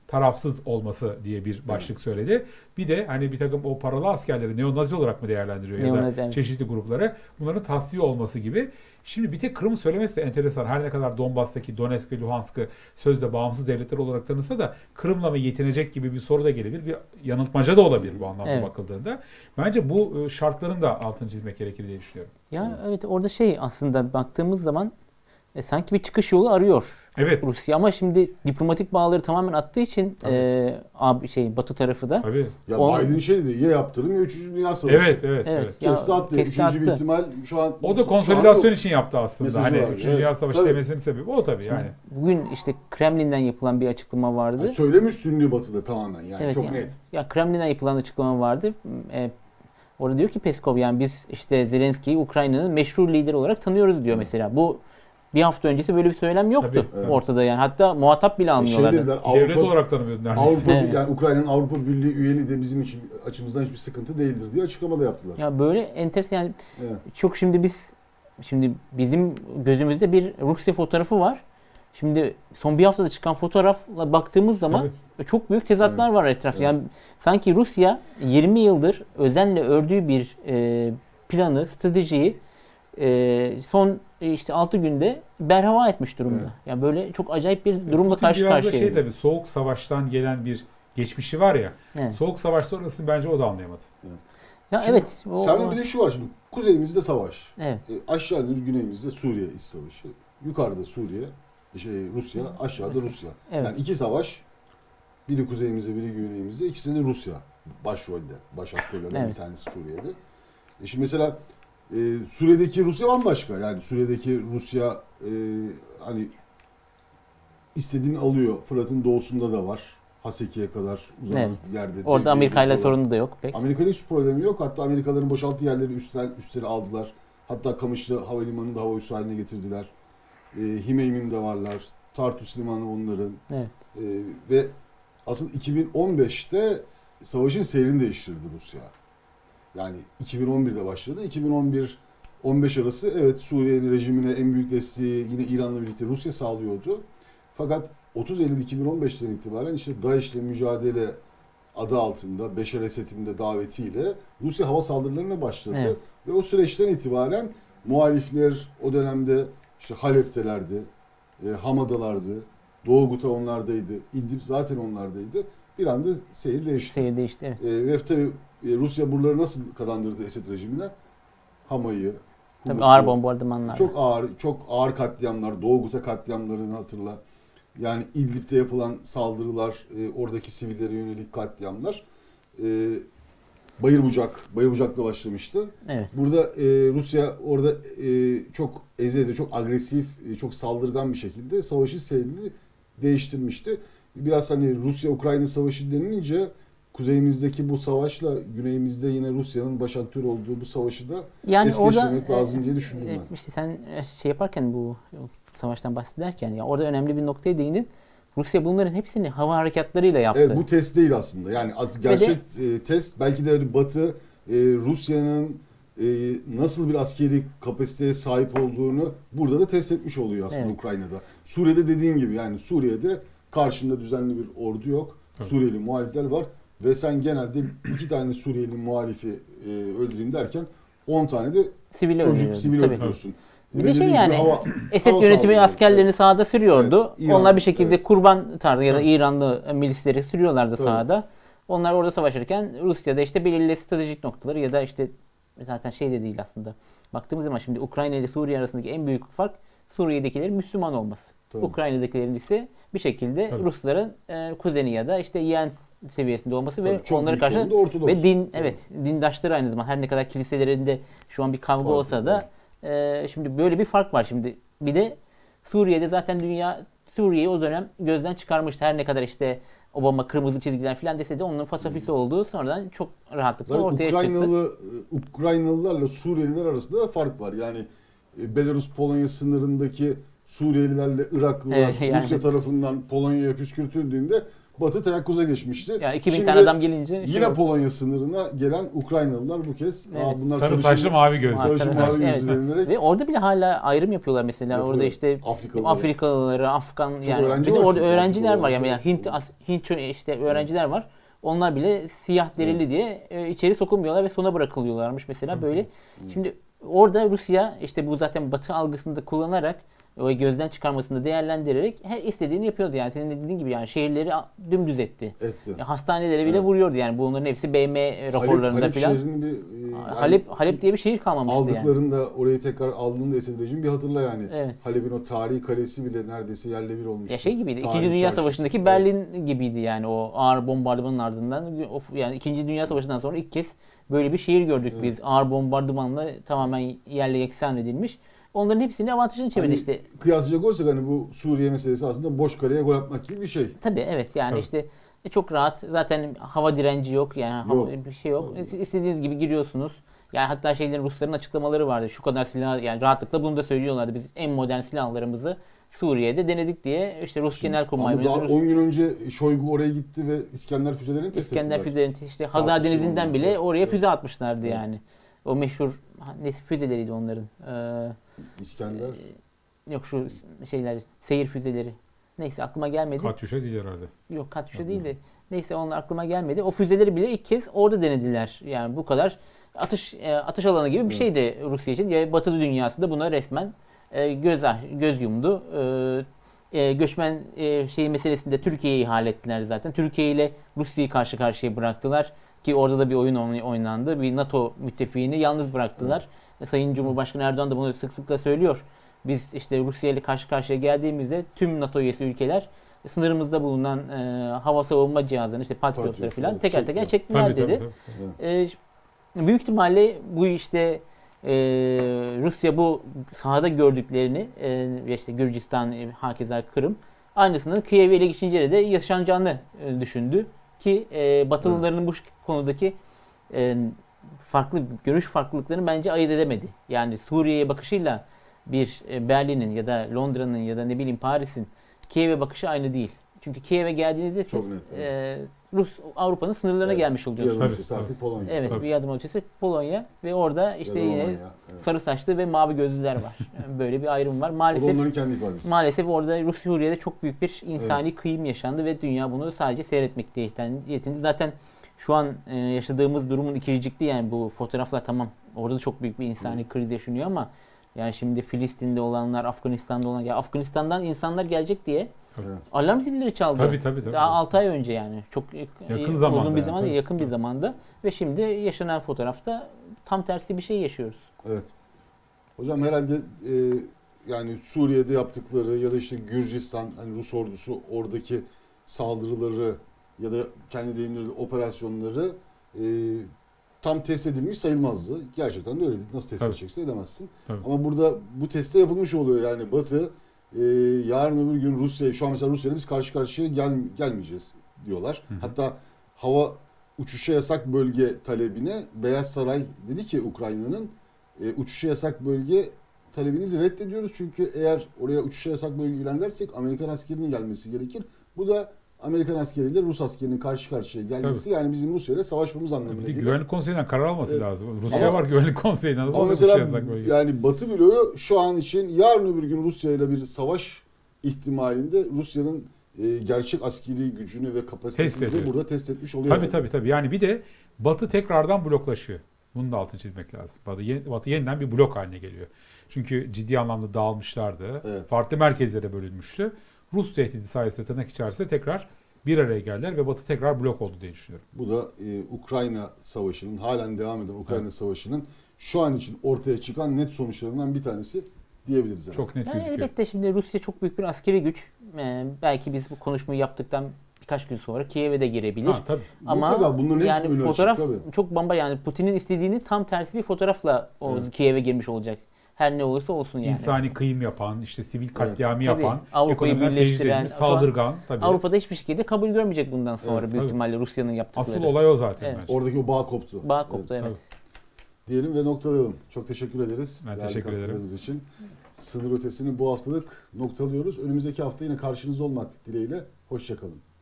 tarafsız olması diye bir başlık söyledi. Bir de hani bir takım o paralı askerleri neonazi olarak mı değerlendiriyor ya da evet. çeşitli grupları, bunların tasfiye olması gibi. Şimdi bir tek Kırım'ı söylemesi de enteresan. Her ne kadar Donbas'taki Donetsk ve Luhansk'ı sözde bağımsız devletler olarak tanısa da Kırım'la mı yetinecek gibi bir soru da gelebilir. Bir yanıltmaca da olabilir bu anlamda bakıldığında. Bence bu şartların da altını çizmek gerekir diye düşünüyorum. Ya evet, orada aslında baktığımız zaman sanki bir çıkış yolu arıyor Rusya, ama şimdi diplomatik bağları tamamen attığı için Batı tarafı da. Tabii. Ya Biden dedi, ya yaptırım ya 3. Dünya Savaşı. Evet. Kesti attı. Üçüncü bir ihtimal şu an. O da konsolidasyon için yaptı aslında. Hani var. 3. Dünya Savaşı demesinin sebebi o tabii yani. Bugün Kremlin'den yapılan bir açıklama vardı. Yani söylemiş Sünni Batı'da tamamen yani çok net. Ya Kremlin'den yapılan açıklama vardı. Orada diyor ki Peskov, yani biz Zelenski'yi Ukrayna'nın meşru lideri olarak tanıyoruz diyor mesela. Bu bir hafta öncesi böyle bir söylem yoktu ortada yani. Hatta muhatap bile almıyorlardı. Devlet olarak tanımıyordu neredeyse. Yani Ukrayna'nın Avrupa Birliği üyeliği de bizim için açımızdan hiçbir sıkıntı değildir diye açıklama da yaptılar. Ya böyle enteresan yani. Çok şimdi bizim gözümüzde bir Rusya fotoğrafı var. Şimdi son bir haftada çıkan fotoğrafla baktığımız zaman çok büyük tezatlar var etrafta. Yani sanki Rusya 20 yıldır özenle ördüğü bir planı, stratejiyi son 6 günde berhava etmiş durumda. Yani böyle çok acayip bir durumla karşı karşıyayız. Biraz da tabii soğuk savaştan gelen bir geçmişi var ya. Soğuk savaş sonrasını bence o da anlayamadı. Ya şimdi, evet. Sen bir de şu var şimdi. Kuzeyimizde savaş. Evet. Aşağı iniyoruz, güneyimizde Suriye iç savaşı. Yukarıda Suriye, Rusya, aşağıda Rusya. Evet. Yani iki savaş. Biri kuzeyimizde, biri güneyimizde. İkisinde Rusya başrolde. Baş aktörlerden bir tanesi Suriye'de. Şimdi mesela Suriye'deki Rusya bambaşka. Yani Suriye'deki Rusya hani istediğini alıyor. Fırat'ın doğusunda da var. Haseki'ye kadar uzanan yerde. Orada Amerika ile sorunu da yok pek. Amerika'nın hiç problemi yok. Hatta Amerikalıların boşalttığı yerleri üstleri aldılar. Hatta Kamışlı Havalimanı'nı da hava üssü haline getirdiler. Himeymim'de varlar. Tartus Limanı onların. Evet. Ve asıl 2015'te savaşın seyrini değiştirdi Rusya. Yani 2011'de başladı. 2011-15 arası Suriye'nin rejimine en büyük desteği yine İran'la birlikte Rusya sağlıyordu. Fakat 30 Eylül 2015'ten itibaren DAEŞ'le mücadele adı altında Beşar Esed'in de davetiyle Rusya hava saldırılarına başladı. Evet. Ve o süreçten itibaren muhalifler o dönemde Halep'telerdi, Hamada'lardı, Doğu Guta onlardaydı, İdlib zaten onlardaydı. Bir anda seyir değişti. Evet. Ve tabii Rusya buraları nasıl kazandırdı Esed rejimine? Hama'yı, tabii ağır bombardımanlar. Çok ağır katliamlar, Doğu Guta katliamlarını hatırla. Yani İdlib'de yapılan saldırılar, oradaki sivillere yönelik katliamlar. Bayırbucak'la başlamıştı. Evet. Burada Rusya orada çok çok agresif, çok saldırgan bir şekilde savaşın seyrini değiştirmişti. Biraz Rusya-Ukrayna savaşı denilince kuzeyimizdeki bu savaşla güneyimizde yine Rusya'nın baş aktör olduğu bu savaşı da es geçmemek lazım diye düşündüm ben. Sen yaparken bu savaştan bahsederken ya orada önemli bir noktaya değindin. Rusya bunların hepsini hava harekatlarıyla yaptı. Evet, bu test değil aslında. Yani gerçek test belki de Batı Rusya'nın nasıl bir askeri kapasiteye sahip olduğunu burada da test etmiş oluyor aslında Ukrayna'da. Suriye'de dediğin gibi yani Suriye'de karşında düzenli bir ordu yok. Evet. Suriyeli muhalifler var ve sen genelde 2 tane Suriyeli muhalifi öldüreyim derken 10 tane de sivil öldürüyorsun. Bir de Esed yönetimi askerlerini sahada sürüyordu. Evet, onlar bir şekilde kurban tarzı ya da İranlı milisleri sürüyorlardı sahada. Onlar orada savaşırken Rusya'da belirli stratejik noktaları ya da zaten de değil aslında. Baktığımız zaman şimdi Ukrayna ile Suriye arasındaki en büyük fark Suriye'dekilerin Müslüman olması. Tabii. Ukrayna'dakilerin ise bir şekilde Rusların kuzeni ya da yeğen seviyesinde olması ve onlara karşı ve dindaşları aynı zamanda her ne kadar kiliselerinde şu an bir kavga olsa da şimdi böyle bir fark var şimdi. Bir de Suriye'de zaten dünya Suriye'yi o dönem gözden çıkarmıştı. Her ne kadar Obama kırmızı çizgiler falan dese de onun fasafisi olduğu sonradan çok rahatlıkla zaten ortaya çıktı. Ukraynalılarla Suriyeliler arasında da fark var. Yani Belarus-Polonya sınırındaki Suriyelilerle Iraklılar Rusya tarafından Polonya'ya püskürtüldüğünde Batı teyakkuza geçmişti. Yani 2000 Şimdi tane adam gelince yine Polonya sınırına gelen Ukraynalılar bu kez Evet. bunlar Sarı saçlı mavi gözlü. sarışın mavi Evet. gözlü denilerek Ve orada bile hala ayrım yapıyorlar mesela. Yapıyor. Orada işte Afrikalıları, Afgan yani öğrenci bir de var orada çünkü, öğrenciler var Afrikalı yani Hint işte öğrenciler var. Onlar bile siyah derili diye içeri sokulmuyorlar ve sona bırakılıyorlarmış mesela böyle. Şimdi orada Rusya işte bu zaten Batı algısını da kullanarak o gözden çıkarmasını da değerlendirerek her istediğini yapıyordu yani senin de dediğin gibi yani şehirleri dümdüz etti. Hastanelere bile vuruyordu yani bunların hepsi BM raporlarında filan. Halep diye bir şehir kalmamıştı aldıklarında yani. Orayı tekrar aldığında Esed rejimi bir hatırla yani. Evet. Halep'in o tarihi kalesi bile neredeyse yerle bir olmuştu. Ya şey gibiydi. İkinci Dünya Savaşı'ndaki Berlin gibiydi yani o ağır bombardımanın ardından yani İkinci Dünya Savaşı'ndan sonra ilk kez böyle bir şehir gördük biz. Ağır bombardımanla tamamen yerle yeksan edilmiş. Onların hepsini avantajını çevirdi işte. Kıyaslayacak olursak hani bu Suriye meselesi aslında boş kaleye gol atmak gibi bir şey. Tabii evet yani işte çok rahat zaten hava direnci yok yani bir şey yok. İstediğiniz gibi giriyorsunuz. Yani hatta Rusların açıklamaları vardı. Şu kadar silah yani rahatlıkla bunu da söylüyorlardı. Biz en modern silahlarımızı Suriye'de denedik diye işte Rus Genelkurmay Ama daha 10 gün önce Şoygu oraya gitti ve İskender füzelerini test ettiler. İskender füzelerini işte Hazar Denizi'nden bile oraya füze atmışlardı yani. O meşhur füzeleriydi onların. İskender. Yok şu seyir füzeleri. Neyse aklıma gelmedi. Katyuşa değil herhalde. Yok Katyuşa değil de. Neyse onlar aklıma gelmedi. O füzeleri bile ilk kez orada denediler. Yani bu kadar atış alanı gibi bir şeydi Rusya için. Ya Batı dünyasında buna resmen göz yumdu. Göçmen meselesinde Türkiye'ye ihale ettiler zaten. Türkiye ile Rusya'yı karşı karşıya bıraktılar. Ki orada da bir oyun oynandı. Bir NATO müttefiğini yalnız bıraktılar. Sayın Cumhurbaşkanı Erdoğan da bunu sıklıkla söylüyor. Biz işte Rusya ile karşı karşıya geldiğimizde tüm NATO üyesi ülkeler sınırımızda bulunan hava savunma cihazlarını işte Patriotları falan teker teker çektiler dedi. Tabii. Büyük ihtimalle bu işte Rusya bu sahada gördüklerini işte Gürcistan, hakeza Kırım aynısının Kiev'i ele geçince de yaşanacağını düşündü ki Batılıların bu konudaki farklı görüş farklılıklarını bence ayırt edemedi. Yani Suriye'ye bakışıyla bir Berlin'in ya da Londra'nın ya da ne bileyim Paris'in Kiev'e bakışı aynı değil. Çünkü Kiev'e geldiğinizde siz Avrupa'nın sınırlarına gelmiş oluyorsunuz. Artık Polonya. Evet, bir adım ötesi Polonya ve orada işte yine sarı saçlı ve mavi gözlüler var. Yani böyle bir ayrım var. Maalesef orada Suriye'de çok büyük bir insani kıyım yaşandı ve dünya bunu sadece seyretmekte yetindi. Zaten şu an yaşadığımız durumun ikircikli yani bu fotoğraflar tamam. Orada da çok büyük bir insani kriz yaşanıyor ama yani şimdi Filistin'de olanlar, Afganistan'da olanlar, Afganistan'dan insanlar gelecek diye alarm zilleri çaldı. Tabii. Daha 6 ay önce yani. Çok yakın zamanda uzun bir zaman yani, yakın bir zamanda ve şimdi yaşanan fotoğrafta tam tersi bir şey yaşıyoruz. Evet. Hocam herhalde yani Suriye'de yaptıkları ya da işte Gürcistan hani Rus ordusu oradaki saldırıları ya da kendi deyimleriyle operasyonları tam test edilmiş sayılmazdı. Gerçekten de öyle. Nasıl test edeceksin edemezsin. Tabii. Ama burada bu teste yapılmış oluyor. Yani Batı yarın öbür gün şu an mesela Rusya'yla biz karşı karşıya gelmeyeceğiz diyorlar. Hatta hava uçuşa yasak bölge talebine Beyaz Saray dedi ki Ukrayna'nın uçuşa yasak bölge talebinizi reddediyoruz. Çünkü eğer oraya uçuşa yasak bölge ilan edersek Amerikan askerinin gelmesi gerekir. Bu da Amerikan askeriyle Rus askerinin karşı karşıya gelmesi yani bizim Rusya ile savaşmamız anlamına geliyor. Güvenlik Konseyi'nden karar alması lazım. Rusya var Güvenlik Konseyi'nden. Ama mesela yani Batı bloğu şu an için yarın öbür gün Rusya ile bir savaş ihtimalinde Rusya'nın gerçek askeri gücünü ve kapasitesini de burada test etmiş oluyor. Tabii. Yani bir de Batı tekrardan bloklaşıyor. Bunu da altını çizmek lazım. Batı yeniden bir blok haline geliyor. Çünkü ciddi anlamda dağılmışlardı. Evet. Farklı merkezlere bölünmüştü. Rus tehdidi sayesinde tırnak içerisinde tekrar bir araya geldiler ve Batı tekrar blok oldu diye düşünüyorum. Bu da Ukrayna Savaşı'nın, halen devam eden Ukrayna Savaşı'nın şu an için ortaya çıkan net sonuçlarından bir tanesi diyebiliriz. Çok net gözüküyor. Elbette şimdi Rusya çok büyük bir askeri güç. Belki biz bu konuşmayı yaptıktan birkaç gün sonra Kiev'e de girebilir. Tabii. Ama yani fotoğraf çok yani Putin'in istediğini tam tersi bir fotoğrafla Kiev'e girmiş olacak. Her ne olursa olsun yani. İnsani kıyım yapan, işte sivil katliamı yapan, Avrupa'yı birleştiren, saldırgan. Tabii. Avrupa'da hiçbir şekilde kabul görmeyecek bundan sonra büyük ihtimalle Rusya'nın yaptıkları. Asıl olay o zaten. Evet. Oradaki o bağ koptu. Bağ koptu evet. Diyelim ve noktalayalım. Çok teşekkür ederiz. Ben teşekkür ederim. için. Sınır ötesini bu haftalık noktalıyoruz. Önümüzdeki hafta yine karşınızda olmak dileğiyle. Hoşça kalın.